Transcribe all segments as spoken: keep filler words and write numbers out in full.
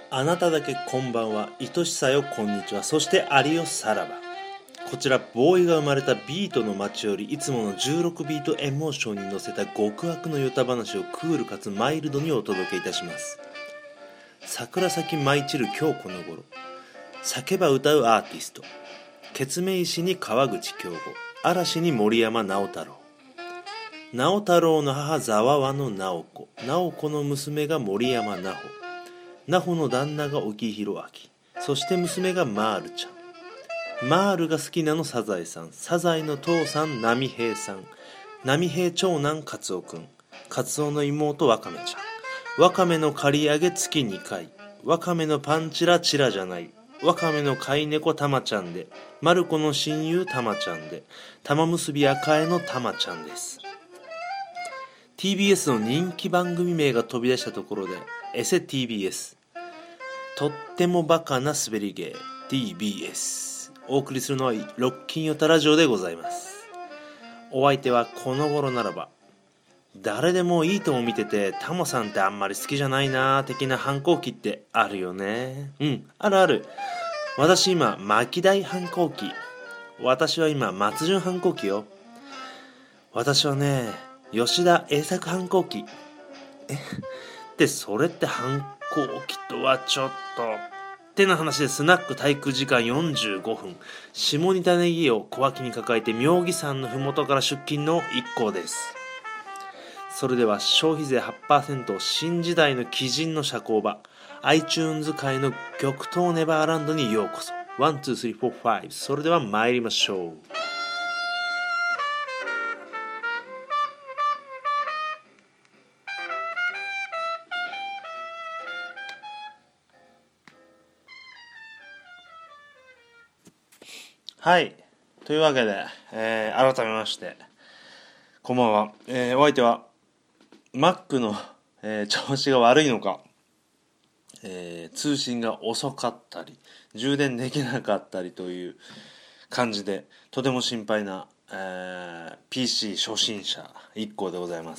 あなただけこんばんは、愛しさよこんにちは、そしてありよさらば。こちらボーイが生まれたビートの街よりいつものじゅうろくビートエモーションに乗せた極悪のヨタ話をクールかつマイルドにお届けいたします。桜咲き舞い散る今日この頃、叫ば歌うアーティスト、ケツメイシに川口京吾、嵐に森山直太朗。直太朗の母ざわわの直子、直子の娘が森山奈穂、奈穂の旦那が沖弘明、そして娘がマールちゃん。マールが好きなのサザエさん、サザエの父さん波平さん、波平長男カツオくん、カツオの妹ワカメちゃん、ワカメの刈り上げ月にかい、ワカメのパンチラチラじゃない、ワカメの飼い猫タマちゃんで、マルコの親友タマちゃんで、玉結び赤江のタマちゃんです。 ティービーエス の人気番組名が飛び出したところで、エセ ティービーエス、 とってもバカな滑り芸 ティービーエス、 お送りするのはロッキンヨタラジオでございます。お相手はこの頃ならば、誰でもいいとも見ててタモさんってあんまり好きじゃないな的な反抗期ってあるよね。うん、あるある。私今牧大反抗期、私は今松潤反抗期よ。私はね吉田栄作反抗期。えでそれって反抗期とはちょっとってな話で、スナック体育時間よんじゅうごふん、下仁田ネギを小脇に抱えて妙義山のふもとから出勤の一行です。それでは消費税 はちパーセント 新時代の鬼人の社交場 iTunes 界の極東ネバーランドにようこそ。ワン、ツー、スリー、フォー、ファイブ。それでは参りましょう。はい、というわけで、えー、改めましてこんばんは。えー、お相手は Mac の、えー、調子が悪いのか、えー、通信が遅かったり充電できなかったりという感じで、とても心配な、えー、ピーシー 初心者一行でございます。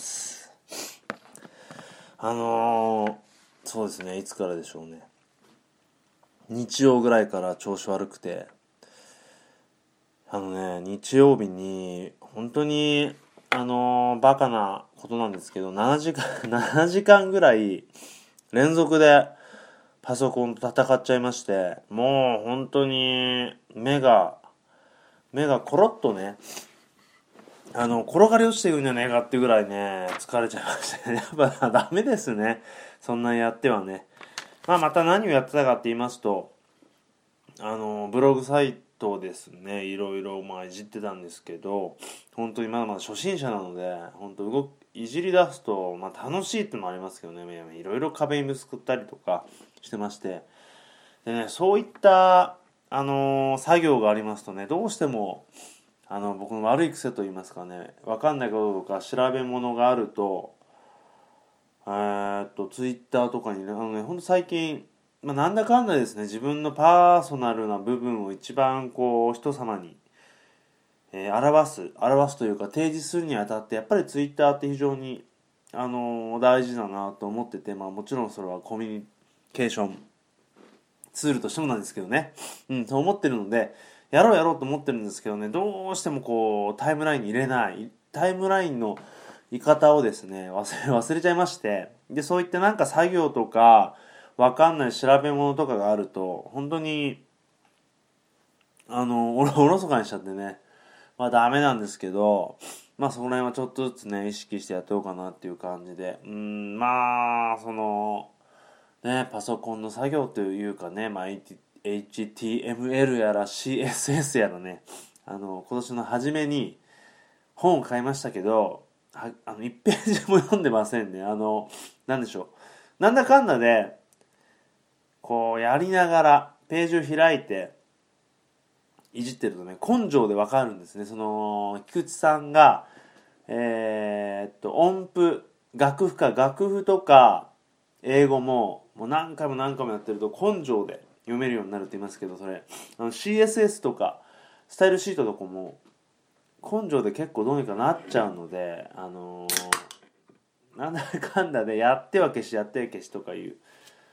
あのー、そうですね、いつからでしょうね、日曜ぐらいから調子悪くて、あのね、日曜日に本当にあのー、バカなことなんですけど、ななじかんななじかんぐらい連続でパソコンと戦っちゃいまして、もう本当に目が目がコロッとね、あの転がり落ちていくんじゃねえかっていうぐらいね疲れちゃいましてね、やっぱダメですね、そんなんやってはね。まあまた何をやってたかって言いますと、あのブログサイトですね、いろいろまあいじってたんですけど、本当にまだまだ初心者なので、本当動いじり出すとまあ楽しいってのもありますけどね、いろいろ壁にぶつかったりとかしてまして、でね、そういったあのー、作業がありますとね、どうしてもあの僕の悪い癖と言いますかね、分かんないこととか調べ物があると、えーっとツイッターとかにね、あのね、ほんと最近、まあ、なんだかんだですね、自分のパーソナルな部分を一番こう人様に、えー、表す表すというか提示するにあたって、やっぱりツイッターって非常に、あのー、大事だなと思ってて、まあもちろんそれはコミュニケーションツールとしてもなんですけどね、うん、と思ってるので、やろうやろうと思ってるんですけどね、どうしてもこうタイムラインに入れない、タイムラインの言い方をですね忘れ忘れちゃいまして、でそういったなんか作業とかわかんない調べ物とかがあると、本当にあのおろおろそかにしちゃってね、まあダメなんですけど、まあその辺はちょっとずつね意識してやっておうかなっていう感じで、うーんまあそのね、パソコンの作業というかね、まあ、エイチティーエムエル やら シーエスエス やらね、あの今年の初めに本を買いましたけど、はあのいちページも読んでませんね。あのなんでしょう、なんだかんだでこうやりながらページを開いていじってるとね、根性でわかるんですね。その菊池さんがえー、っと音符、楽譜か楽譜とか英語ももう何回も何回もやってると根性で読めるようになるって言いますけど、それあの シーエスエス とかスタイルシートとかも根性で結構どうにかなっちゃうので、あのー、なんだかんだでやっては消しやっては消しとかいう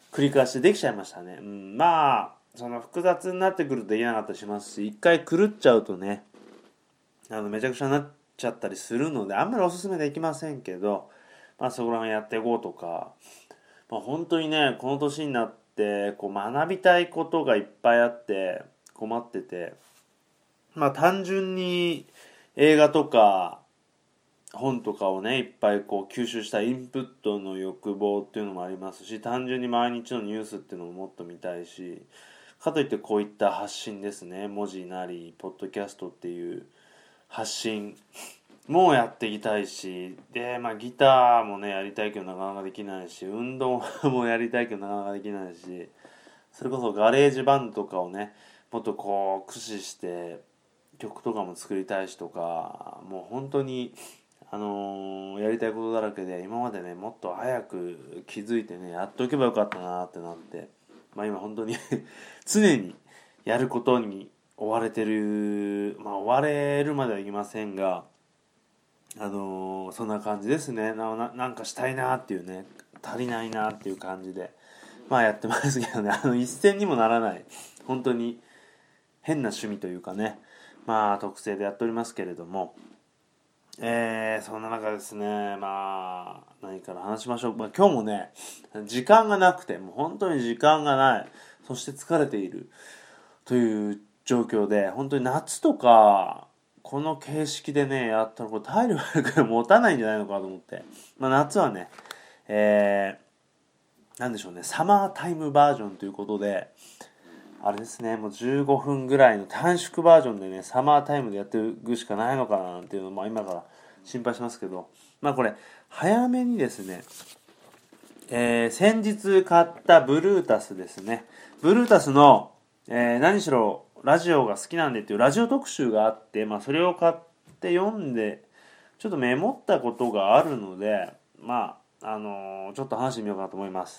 繰り返しできちゃいましたね。うん、まあその複雑になってくるとできなかったりしますし、一回狂っちゃうとね、あのめちゃくちゃになっちゃったりするので、あんまりおすすめできませんけど、まあそこら辺やっていこうとか、まあ、本当にねこの年になってこう学びたいことがいっぱいあって困ってて、まあ単純に映画とか本とかをねいっぱいこう吸収したインプットの欲望っていうのもありますし、単純に毎日のニュースっていうのももっと見たいし、かといってこういった発信ですね、文字なりポッドキャストっていう発信もやっていきたいし、でまあギターもねやりたいけどなかなかできないし、運動もやりたいけどなかなかできないし、それこそガレージバンドとかをねもっとこう駆使して曲とかも作りたいしとか、もう本当にあのー、やりたいことだらけで、今までねもっと早く気づいてねやっておけばよかったなってなって、まあ今本当に常にやることに追われてる、まあ追われるまではいきませんが、あのー、そんな感じですね。な, ななんかしたいなっていうね、足りないなっていう感じでまあやってますけどね、あの一銭にもならない本当に変な趣味というかね、まあ特性でやっておりますけれども、えー、そんな中ですね、まあ何から話しましょう。まあ、今日もね時間がなくて、もう本当に時間がない、そして疲れているという状況で、本当に夏とかこの形式でねやったらこれ体力持たないんじゃないのかと思って、まあ、夏はねえー、なんでしょうね、サマータイムバージョンということで、あれですね、もうじゅうごふんぐらいの短縮バージョンでねサマータイムでやっていくしかないのかなっていうのも今から心配しますけど、まあこれ早めにですね、えー、先日買ったブルータスですね、ブルータスの、えー、何しろラジオが好きなんでっていうラジオ特集があって、まあ、それを買って読んでちょっとメモったことがあるので、まああのー、ちょっと話してみようかなと思います。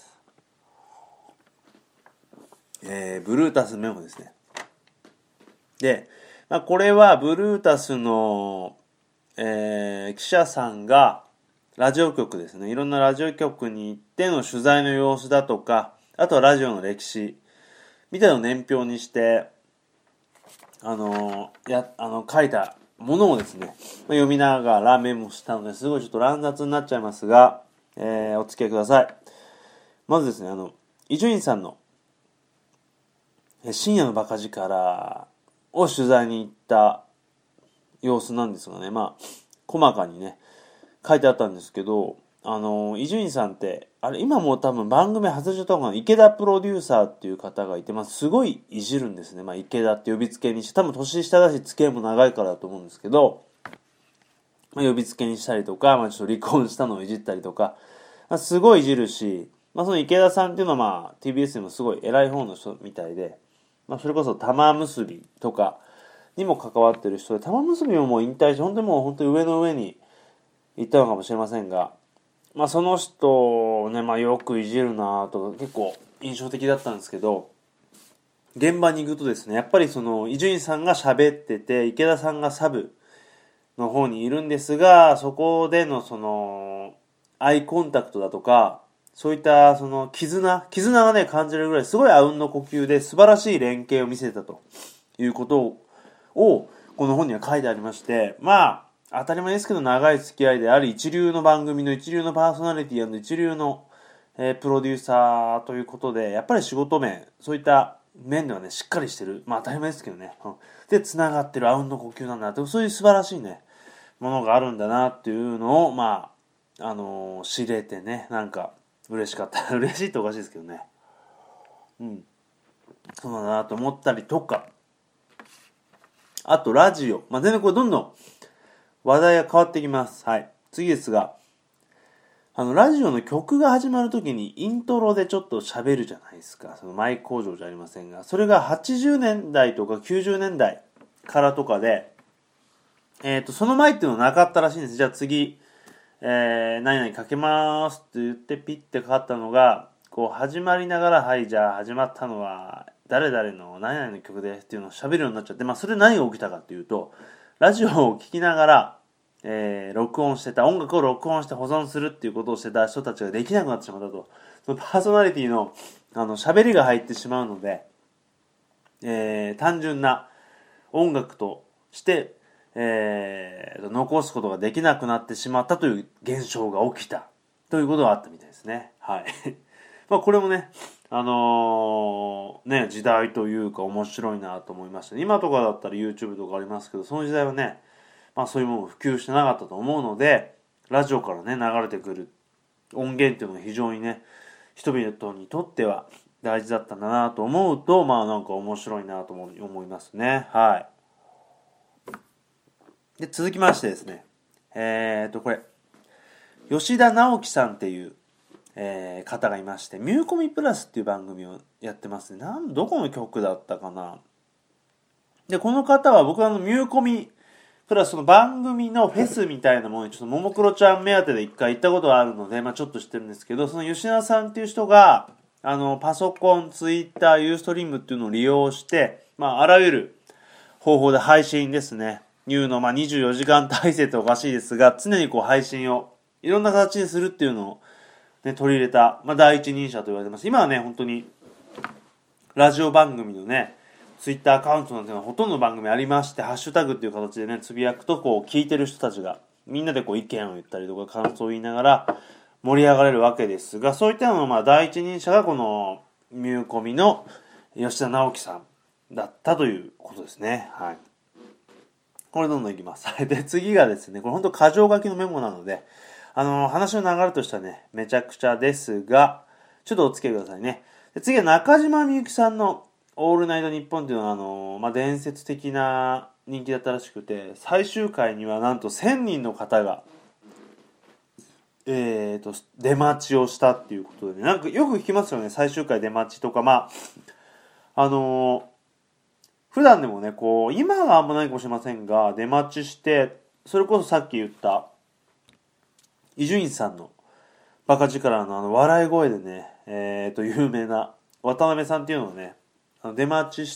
えー、ブルータスメモですね。で、まあ、これはブルータスの、えー、記者さんがラジオ局ですね、いろんなラジオ局に行っての取材の様子だとか、あとはラジオの歴史みたいなのを年表にしてあのー、やあの書いたものをですね、読みながらメモしたので、すごいちょっと乱雑になっちゃいますが、えー、お付き合いください。まずですね、あの伊集院さんの深夜のバカ力を取材に行った様子なんですがね、まあ細かにね書いてあったんですけど、あの伊集院さんってあれ今もう多分番組外れちゃったのかな、池田プロデューサーっていう方がいて、まあ、すごいいじるんですね。まあ、池田って呼びつけにして、多分年下だし付き合いも長いからだと思うんですけど、まあ、呼びつけにしたりとか、まあ、ちょっと離婚したのをいじったりとか、まあ、すごいいじるし、まあ、その池田さんっていうのはまあ ティービーエス でもすごい偉い方の人みたいで、まあ、それこそ玉結びとかにも関わってる人で、玉結びももう引退して本当にもう本当に上の上に行ったのかもしれませんが、まあ、その人をね、まあ、よくいじるなとか結構印象的だったんですけど、現場に行くとですね、やっぱりその伊集院さんが喋ってて池田さんがサブの方にいるんですが、そこでのそのアイコンタクトだとか、そういったその絆絆がね感じるぐらいすごいあうんの呼吸で素晴らしい連携を見せたということをこの本には書いてありまして、まあ当たり前ですけど長い付き合いであり、一流の番組の一流のパーソナリティ&一流の、えー、プロデューサーということで、やっぱり仕事面そういった面ではねしっかりしてる、まあ当たり前ですけどね、うん、で繋がってるあうんの呼吸なんだって、そういう素晴らしいねものがあるんだなっていうのをまああのー、知れてね、なんか嬉しかった嬉しいっておかしいですけどね、うんそうだなと思ったりとか、あとラジオ、まあ全然これどんどん話題が変わってきます。はい。次ですが、あの、ラジオの曲が始まるときにイントロでちょっと喋るじゃないですか。そのマイ工場じゃありませんが、それがはちじゅうねんだいとかきゅうじゅうねんだいからとかで、えっと、その前っていうのはなかったらしいんです。じゃあ次、えー、何々かけますって言ってピッてかかったのが、こう始まりながら、はい、じゃあ始まったのは、誰々の何々の曲ですっていうのを喋るようになっちゃって、まあそれ何が起きたかっていうと、ラジオを聞きながら、 えー、録音してた、音楽を録音して保存するっていうことをしてた人たちができなくなってしまったと。そのパーソナリティの、あの、喋りが入ってしまうので、えー、単純な音楽として、えー、残すことができなくなってしまったという現象が起きたということがあったみたいですね。はい。まあこれもね、あのー、ね、時代というか面白いなと思いましたね。今とかだったら YouTube とかありますけど、その時代はね、まあそういうものが普及してなかったと思うので、ラジオからね、流れてくる音源っていうのが非常にね、人々にとっては大事だったんだなと思うと、まあなんか面白いなと思いますね。はい。で、続きましてですね、えーと、これ、吉田直樹さんっていう、えー、方がいまして、ミューコミプラスっていう番組をやってますね。なん、どこの曲だったかな。で、この方は僕はあのミューコミプラスその番組のフェスみたいなものにちょっとももクロちゃん目当てで一回行ったことがあるので、まあちょっと知ってるんですけど、その吉田さんっていう人が、あの、パソコン、ツイッター、ユーストリームっていうのを利用して、まああらゆる方法で配信ですね。いうの、まあにじゅうよじかん体制っておかしいですが、常にこう配信をいろんな形にするっていうのを、ね、取り入れた、まあ第一人者と言われてます。今はね、本当に、ラジオ番組のね、ツイッターアカウントなんていうのはほとんどの番組ありまして、ハッシュタグっていう形でね、つぶやくと、こう、聞いてる人たちが、みんなでこう、意見を言ったりとか、感想を言いながら、盛り上がれるわけですが、そういったのの、まあ、第一人者がこの、ミューコミの吉田直樹さんだったということですね。はい。これどんどんいきます。で、次がですね、これ本当箇条書きのメモなので、あのー、話の流れとしてはね、めちゃくちゃですが、ちょっとお付き合いくださいね。で次は中島みゆきさんのオールナイトニッポンっていうのは、あのー、まあ、伝説的な人気だったらしくて、最終回にはなんとせんにんの方が、えーと、出待ちをしたっていうことでね、なんかよく聞きますよね、最終回出待ちとか、まあ、あのー、普段でもね、こう、今はあんまないかもしれませんが、出待ちして、それこそさっき言った、伊集院さんのバカ力のあの笑い声でね、えーと、有名な渡辺さんっていうのをね、あの出待ちして、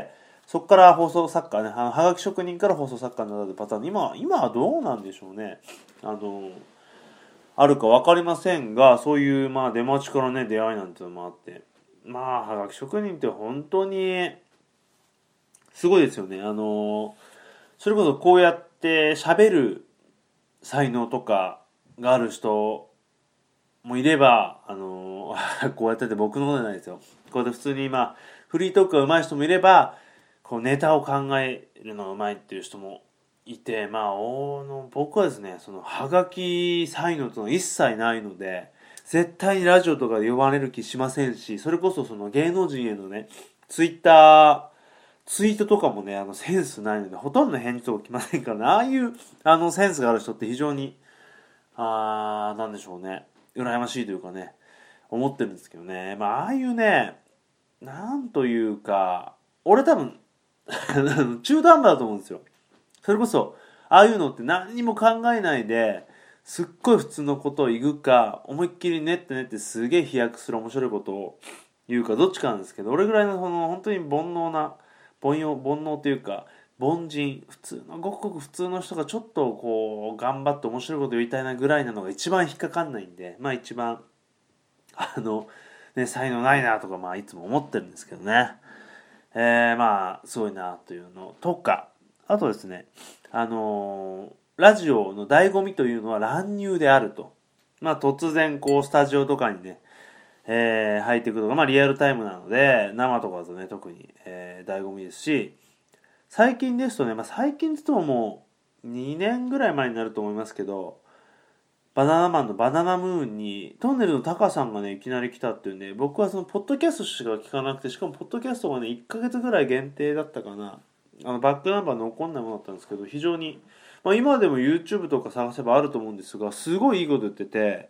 そこから放送作家ね、あの、はがき職人から放送作家になるパターン、今、今はどうなんでしょうね。あの、あるか分かりませんが、そういう、まあ、出待ちからね、出会いなんていうのもあって、まあ、はがき職人って本当に、すごいですよね。あの、それこそこうやって喋る才能とかがある人もいれば、あの、こうやってて僕のことじゃないですよ。こうやって普通に今、フリートークが上手い人もいれば、こうネタを考えるのが上手いっていう人もいて、まあ、おの僕はですね、その、はがき才能というのは一切ないので、絶対にラジオとかで呼ばれる気しませんし、それこそその芸能人へのね、ツイッター、ツイートとかもね、あの、センスないので、ほとんど返事とか来ませんからね、ああいう、あの、センスがある人って非常に、あー、なんでしょうね、羨ましいというかね、思ってるんですけどね。まあ、ああいうね、なんというか、俺多分、中途半端だと思うんですよ。それこそ、ああいうのって何にも考えないで、すっごい普通のことを言うか、思いっきり練って練ってすげえ飛躍する面白いことを言うか、どっちかなんですけど、俺ぐらいのその、本当に煩悩な、凡庸、煩悩というか、凡人、普通の、ごくごく普通の人がちょっとこう、頑張って面白いこと言いたいなぐらいなのが一番引っかかんないんで、まあ一番、あの、ね、才能ないなとか、まあいつも思ってるんですけどね。えー、まあ、すごいなというのとか、あとですね、あのーラジオの醍醐味というのは乱入であると。まあ突然こうスタジオとかにね、えー、入っていくのが、まあリアルタイムなので、生とかだとね、特に、えー、醍醐味ですし、最近ですとね、まあ最近ですともうにねんぐらい前になると思いますけど、バナナマンのバナナムーンにトンネルのタカさんがねいきなり来たっていうね、僕はそのポッドキャストしか聞かなくて、しかもポッドキャストがねいっかげつぐらい限定だったかな、あのバックナンバー残んないものだったんですけど、非常に、まあ、今でも YouTube とか探せばあると思うんですが、すごいいいこと言ってて、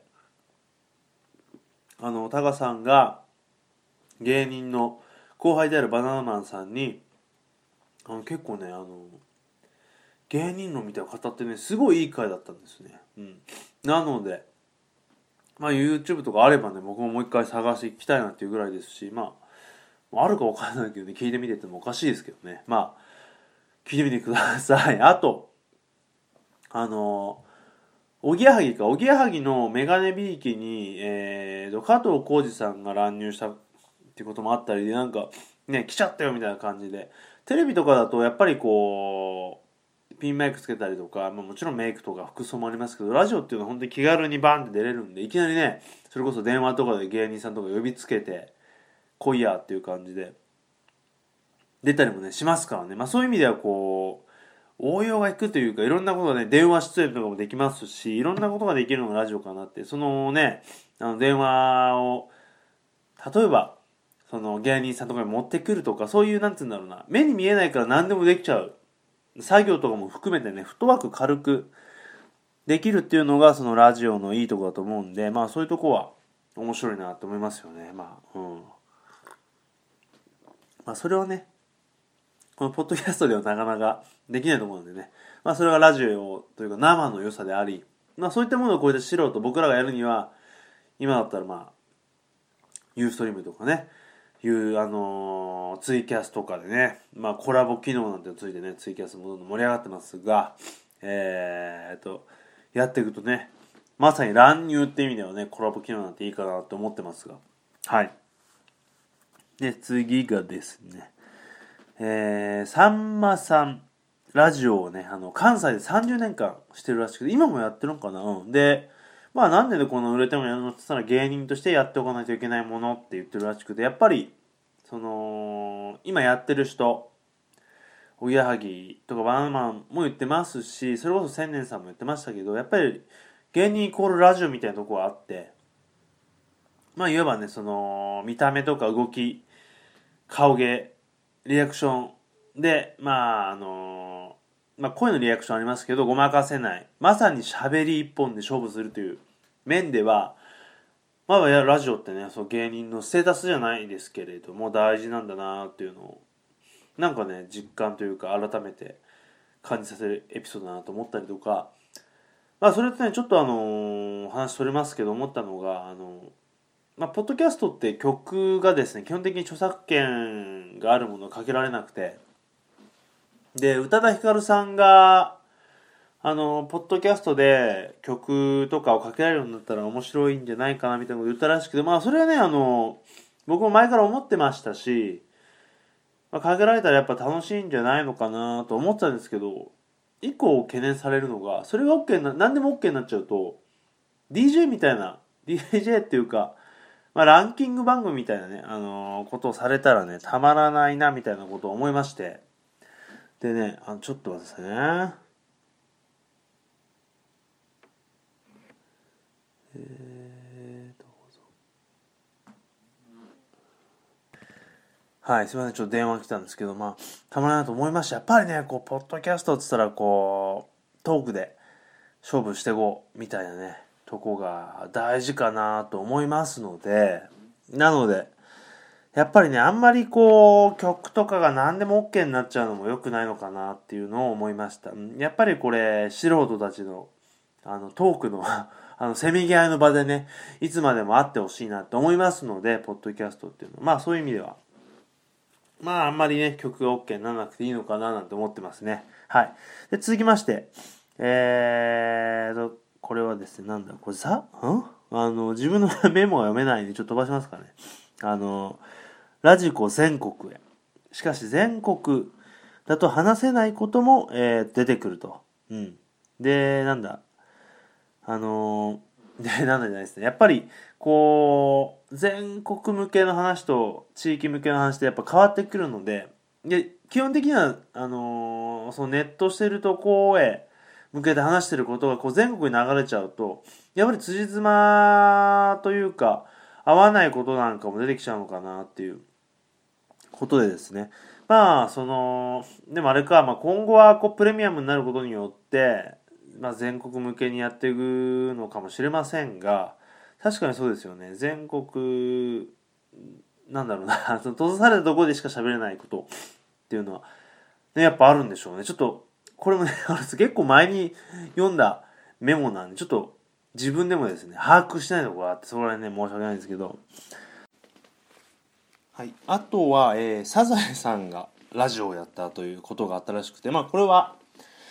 あのタカさんが芸人の後輩であるバナナマンさんに、あの結構ね、あの芸人論みたいな語ってね、すごいいい回だったんですね。うん。なので、まあ YouTube とかあればね、僕ももう一回探していきたいなっていうぐらいですし、まあ、あるかわからないけどね、聞いてみてってもおかしいですけどね。まあ、聞いてみてください。あと、 あのおぎやはぎかおぎやはぎのメガネビーキに、えーと、加藤浩次さんが乱入したっていうこともあったりで、なんかね来ちゃったよみたいな感じで、テレビとかだとやっぱりこうピンマイクつけたりとか、まあ、もちろんメイクとか服装もありますけど、ラジオっていうのは本当に気軽にバンって出れるんで、いきなりねそれこそ電話とかで芸人さんとか呼びつけて来いやっていう感じで出たりもねしますからね。まあそういう意味ではこう応用がいくというか、いろんなことがね電話出演とかもできますし、いろんなことができるのがラジオかなって。そのねあの電話を例えばその芸人さんとかに持ってくるとか、そういうなんつうんだろうな、目に見えないから何でもできちゃう作業とかも含めてね、フットワーク軽くできるっていうのがそのラジオのいいところだと思うんで、まあそういうとこは面白いなと思いますよね。まあうんまあそれはねこのポッドキャストではなかなかできないと思うんでね、まあそれがラジオというか生の良さであり、まあそういったものをこうやって素人僕らがやるには、今だったらまあユーストリームとかねいうあのーツイキャスとかでね、まあコラボ機能なんてついてね、ツイキャスもどんどん盛り上がってますが、えーっとやっていくとね、まさに乱入って意味ではねコラボ機能なんていいかなと思ってますが、はいで次がですね、えー、さんまさんラジオをねあの関西でさんじゅうねんかんしてるらしくて、今もやってるのかな。うんでまあなんでこの売れてもやるのって言ったら、芸人としてやっておかないといけないものって言ってるらしくて、やっぱりその今やってる人、おぎやはぎとかバナナマンも言ってますし、それこそ千年さんも言ってましたけど、やっぱり芸人イコールラジオみたいなとこはあって、まあいわばねその見た目とか動き、顔芸、リアクションでまああのまあ声のリアクションありますけどごまかせない、まさに喋り一本で勝負するという面では、まあラジオってねそう芸人のステータスじゃないですけれども大事なんだなっていうのをなんかね実感というか改めて感じさせるエピソードだなと思ったりとか、まあそれとねちょっとあの話それますけど思ったのが、あのまあポッドキャストって曲がですね基本的に著作権があるものをかけられなくて、で宇多田ヒカルさんがあのポッドキャストで曲とかをかけられるようになったら面白いんじゃないかなみたいなこと言ったらしくて、まあそれはねあの僕も前から思ってましたし、まあ、かけられたらやっぱ楽しいんじゃないのかなと思ってたんですけど、一個懸念されるのが、それが OK な何でも OK になっちゃうと ディージェー みたいな ディージェー っていうか、まあ、ランキング番組みたいなね、あのーことをされたらねたまらないなみたいなことを思いまして、でねあのちょっと待ってくださいね。えーとはい、すみません、ちょっと電話来たんですけど、まあ、たまらないなと思いました。やっぱりね、こう、ポッドキャストって言ったら、こう、トークで勝負していこう、みたいなね、とこが大事かなと思いますので、なので、やっぱりね、あんまりこう、曲とかが何でも OK になっちゃうのも良くないのかなっていうのを思いました。やっぱりこれ、素人たちの、あの、トークのあの、せめぎ合いの場でね、いつまでもあってほしいなと思いますので、ポッドキャストっていうのは。まあ、そういう意味では、まああんまりね曲が OK にならなくていいのかななんて思ってますね。はい。で続きましてえーとこれはですね、なんだこれさんあの自分のメモが読めないんでちょっと飛ばしますかね。あのラジコ全国へ、しかし全国だと話せないことも、えー、出てくると。うんでなんだあのでなんだじゃないですね、やっぱりこう全国向けの話と地域向けの話ってやっぱ変わってくるので、で基本的にはあのーそのネットしてるとこへ向けて話してることがこう全国に流れちゃうと、やっぱり辻褄というか合わないことなんかも出てきちゃうのかなっていうことでですね、まあそのでもあれか、まあ、今後はこうプレミアムになることによってまあ、全国向けにやっていくのかもしれませんが、確かにそうですよね。全国なんだろうなその閉ざされたところでしか喋れないことっていうのは、ね、やっぱあるんでしょうね。ちょっとこれもね結構前に読んだメモなんでちょっと自分でもですね把握してないところがあって、そこら辺ね申し訳ないんですけど、はい、あとは、えー、サザエさんがラジオをやったということがあったらしくて、まあこれは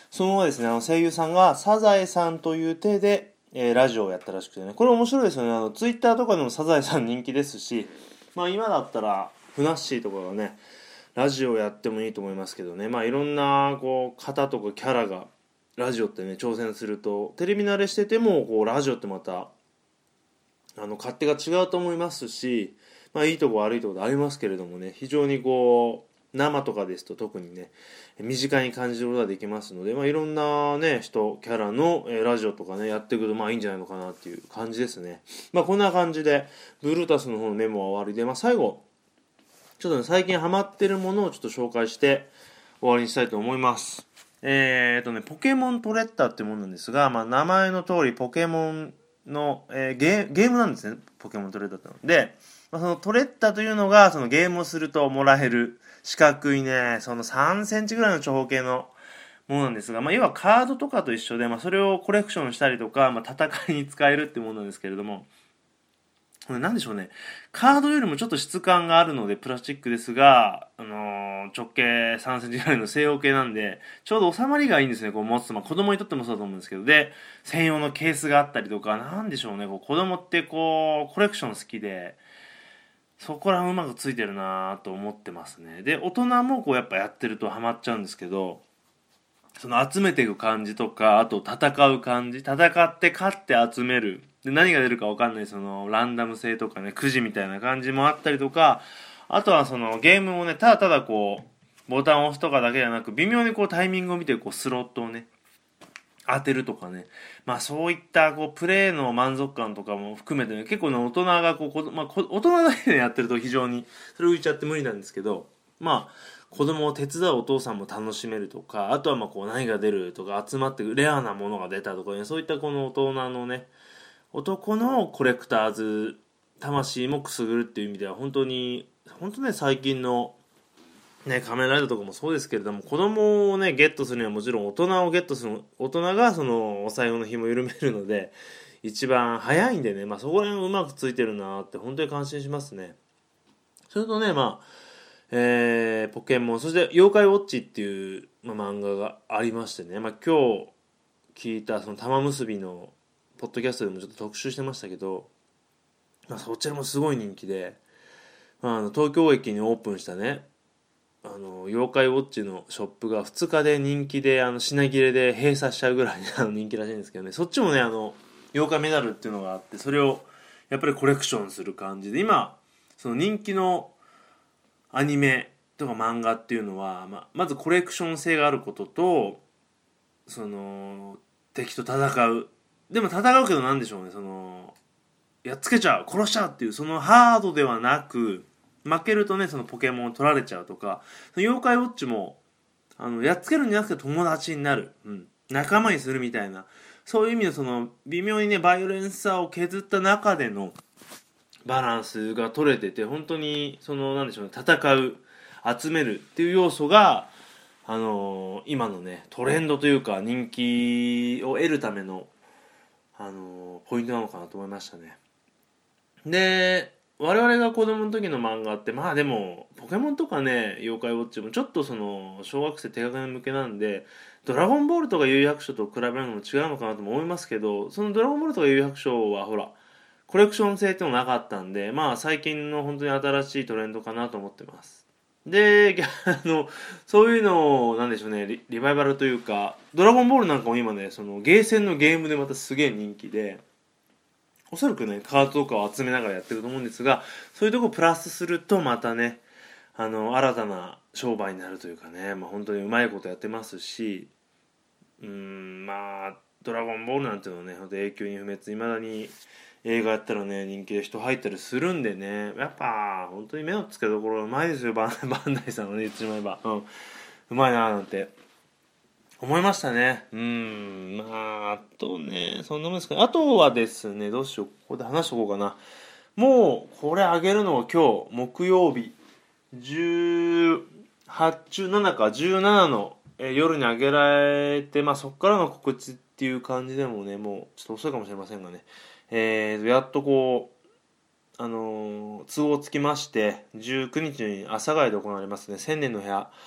その後はですね、あの声優さんがサザエさんという体で、えー、ラジオをやったらしくてね、これ面白いですよね。あのツイッターとかでもサザエさん人気ですし、まあ今だったらふなっしーとかがねラジオやってもいいと思いますけどね、まあいろんなこう方とかキャラがラジオってね挑戦すると、テレビ慣れしててもこうラジオってまたあの勝手が違うと思いますし、まあいいとこ悪いところありますけれどもね、非常にこう生とかですと特にね身近に感じることができますので、まあいろんなね人キャラの、えー、ラジオとかねやっていくとまあいいんじゃないのかなっていう感じですね。まあこんな感じでブルータスの方のメモは終わりで、まあ最後ちょっとね最近ハマってるものをちょっと紹介して終わりにしたいと思います。えーとね、ポケモントレッターっていうものなんですが、まあ、名前の通りポケモンの、えー、ゲ, ゲームなんですね。ポケモントレッターってので、まあ、そのトレッターというのがそのゲームをするともらえる四角いねそのさんセンチぐらいの長方形のものなんですが、まあ、要はカードとかと一緒で、まあ、それをコレクションしたりとか、まあ、戦いに使えるっていうものなんですけれども、なんでしょうね、カードよりもちょっと質感があるのでプラスチックですが、あのー、直径さんセンチぐらいの正方形なんでちょうど収まりがいいんですね。こう持つと、まあ、子供にとってもそうだと思うんですけど、で専用のケースがあったりとか、なんでしょうね、こう子供ってこうコレクション好きでそこらうまくついてるなと思ってますね。で大人もこうやっぱやってるとハマっちゃうんですけど、その集めていく感じとか、あと戦う感じ、戦って勝って集めるで何が出るか分かんないそのランダム性とかね、くじみたいな感じもあったりとか、あとはそのゲームをねただただこうボタンを押すとかだけじゃなく、微妙にこうタイミングを見てこうスロットをね当てるとかね、まあそういったこうプレーの満足感とかも含めてね、結構ね大人がこうこ、まあ、大人だけでやってると非常にそれ浮いちゃって無理なんですけど、まあ子供を手伝うお父さんも楽しめるとか、あとはまあこう何が出るとか、集まってレアなものが出たとかね、そういったこの大人のね男のコレクターズ魂もくすぐるっていう意味では本当に本当ね最近のね仮面ライダーとかもそうですけれども、子供をねゲットするにはもちろん大人をゲットする大人がそのお財布の紐を緩めるので一番早いんでね、まあそこら辺うまくついてるなって本当に感心しますね。それとね、まあえー、ポケモン、そして妖怪ウォッチっていう、まあ、漫画がありましてね、まあ、今日聞いたその玉結びのポッドキャストでもちょっと特集してましたけど、まあ、そちらもすごい人気で、まあ、あの東京駅にオープンしたねあの妖怪ウォッチのショップがふつかで人気で、あの品切れで閉鎖しちゃうぐらいの人気らしいんですけどね、そっちもねあの妖怪メダルっていうのがあって、それをやっぱりコレクションする感じで、今その人気のアニメとか漫画っていうのは、まあ、まずコレクション性があることと、その敵と戦う、でも戦うけどなんでしょうね、そのやっつけちゃう殺しちゃうっていうそのハードではなく、負けるとねそのポケモンを取られちゃうとか、妖怪ウォッチもあのやっつけるんじゃなくて友達になる、うん、仲間にするみたいな、そういう意味のその微妙にねバイオレンスさを削った中でのバランスが取れてて、本当にそのなんでしょうね、戦う集めるっていう要素があのー、今のねトレンドというか人気を得るための、あのー、ポイントなのかなと思いましたね。で我々が子供の時の漫画って、まあでもポケモンとかね妖怪ウォッチもちょっとその小学生低学年向けなんで、ドラゴンボールとか悠々白書と比べるのも違うのかなとも思いますけど、そのドラゴンボールとか悠々白書はほらコレクション性っていうのなかったんで、まあ最近の本当に新しいトレンドかなと思ってます。で、あのそういうのをなんでしょうね、リ、リバイバルというか、ドラゴンボールなんかも今ねそのゲーセンのゲームでまたすげえ人気で、おそらくねカードとかを集めながらやってると思うんですが、そういうとこプラスするとまたねあの新たな商売になるというかね、まあ本当にうまいことやってますし、うーんまあドラゴンボールなんていうのはね本当永久に不滅、いまだに映画やったらね人気で人入ったりするんでね、やっぱ本当に目の付けどころうまいですよ、バンダイさんはね、言ってしまえば、うん、うまいなーなんて思いましたね。うーんまああとねそんなもんですかね。あとはですね、どうしよう、ここで話しとこうかな。もうこれあげるのは今日木曜日じゅうはち、じゅうななかじゅうななの、えー夜にあげられて、まあそっからの告知っていう感じでもね、もうちょっと遅いかもしれませんがね、えー、やっとこう、あのー、都合つきまして、じゅうくにちに阿佐ヶ谷で行われますね、千年の部屋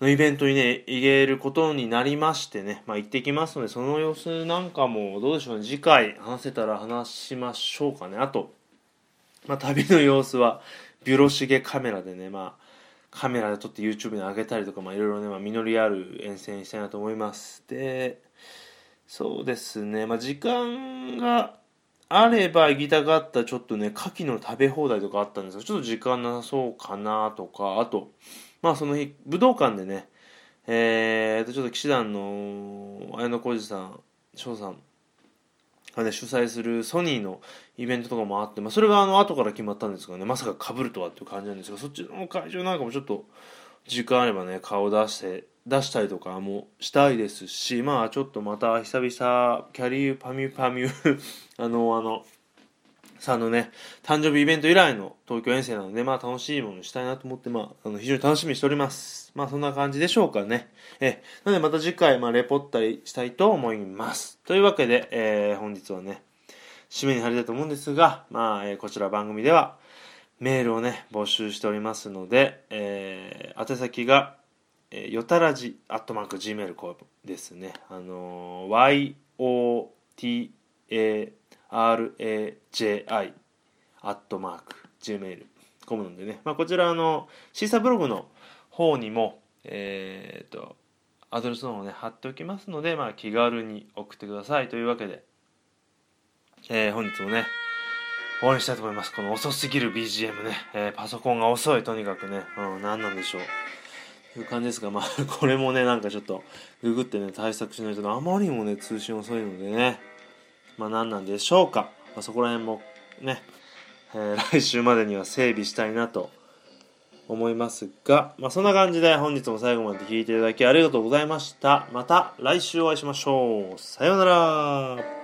のイベントにね行けることになりましてね、まあ、行ってきますので、その様子なんかもどうでしょうね、次回話せたら話しましょうかね。あと、まあ、旅の様子はビュロシゲカメラでね、まあカメラで撮って YouTube に上げたりとか、まあいろいろね、まあ、実りある遠征にしたいなと思います。で、そうですね、まあ時間があれば行きたかったちょっとね、牡蠣の食べ放題とかあったんですが、ちょっと時間なさそうかなとか、あと、まあその日、武道館でね、えーと、ちょっと騎士団の綾小路さん、翔さんがね、主催するソニーのイベントとかもあって、まあそれがあの後から決まったんですがね、まさか被るとはっていう感じなんですが、そっちの会場なんかもちょっと時間あればね、顔出して、出したりとかもしたいですし、まあちょっとまた久々キャリーパミュパミュあのあのさんのね誕生日イベント以来の東京遠征なので、まあ楽しいものにしたいなと思って、まああの非常に楽しみにしております。まあそんな感じでしょうかね。えなのでまた次回まあレポったりしたいと思います。というわけで、えー、本日はね締めに入りたいと思うんですが、まあ、えー、こちら番組ではメールをね募集しておりますので、えー、宛先がえー、よたらじアットマーク ジーメールドットコム ですね。あのー、ワイオーティーエーアールエージェーアイ アットマーク ジーメールドットコム なんでね、まあ、こちらあのシーサーブログの方にもえー、とアドレスの方をね貼っておきますので、まあ、気軽に送ってくださいというわけで、えー、本日もね終わりにしたいと思います。この遅すぎる ビージーエム ね、えー、パソコンが遅い、とにかくね、うん、何なんでしょうという感じですが、まあこれもねなんかちょっとググってね対策しないと、あまりにもね通信遅いのでね、まあ何なんでしょうか、まあ、そこら辺もね、えー、来週までには整備したいなと思いますが、まあそんな感じで本日も最後まで聞いていただきありがとうございました。また来週お会いしましょう。さようなら。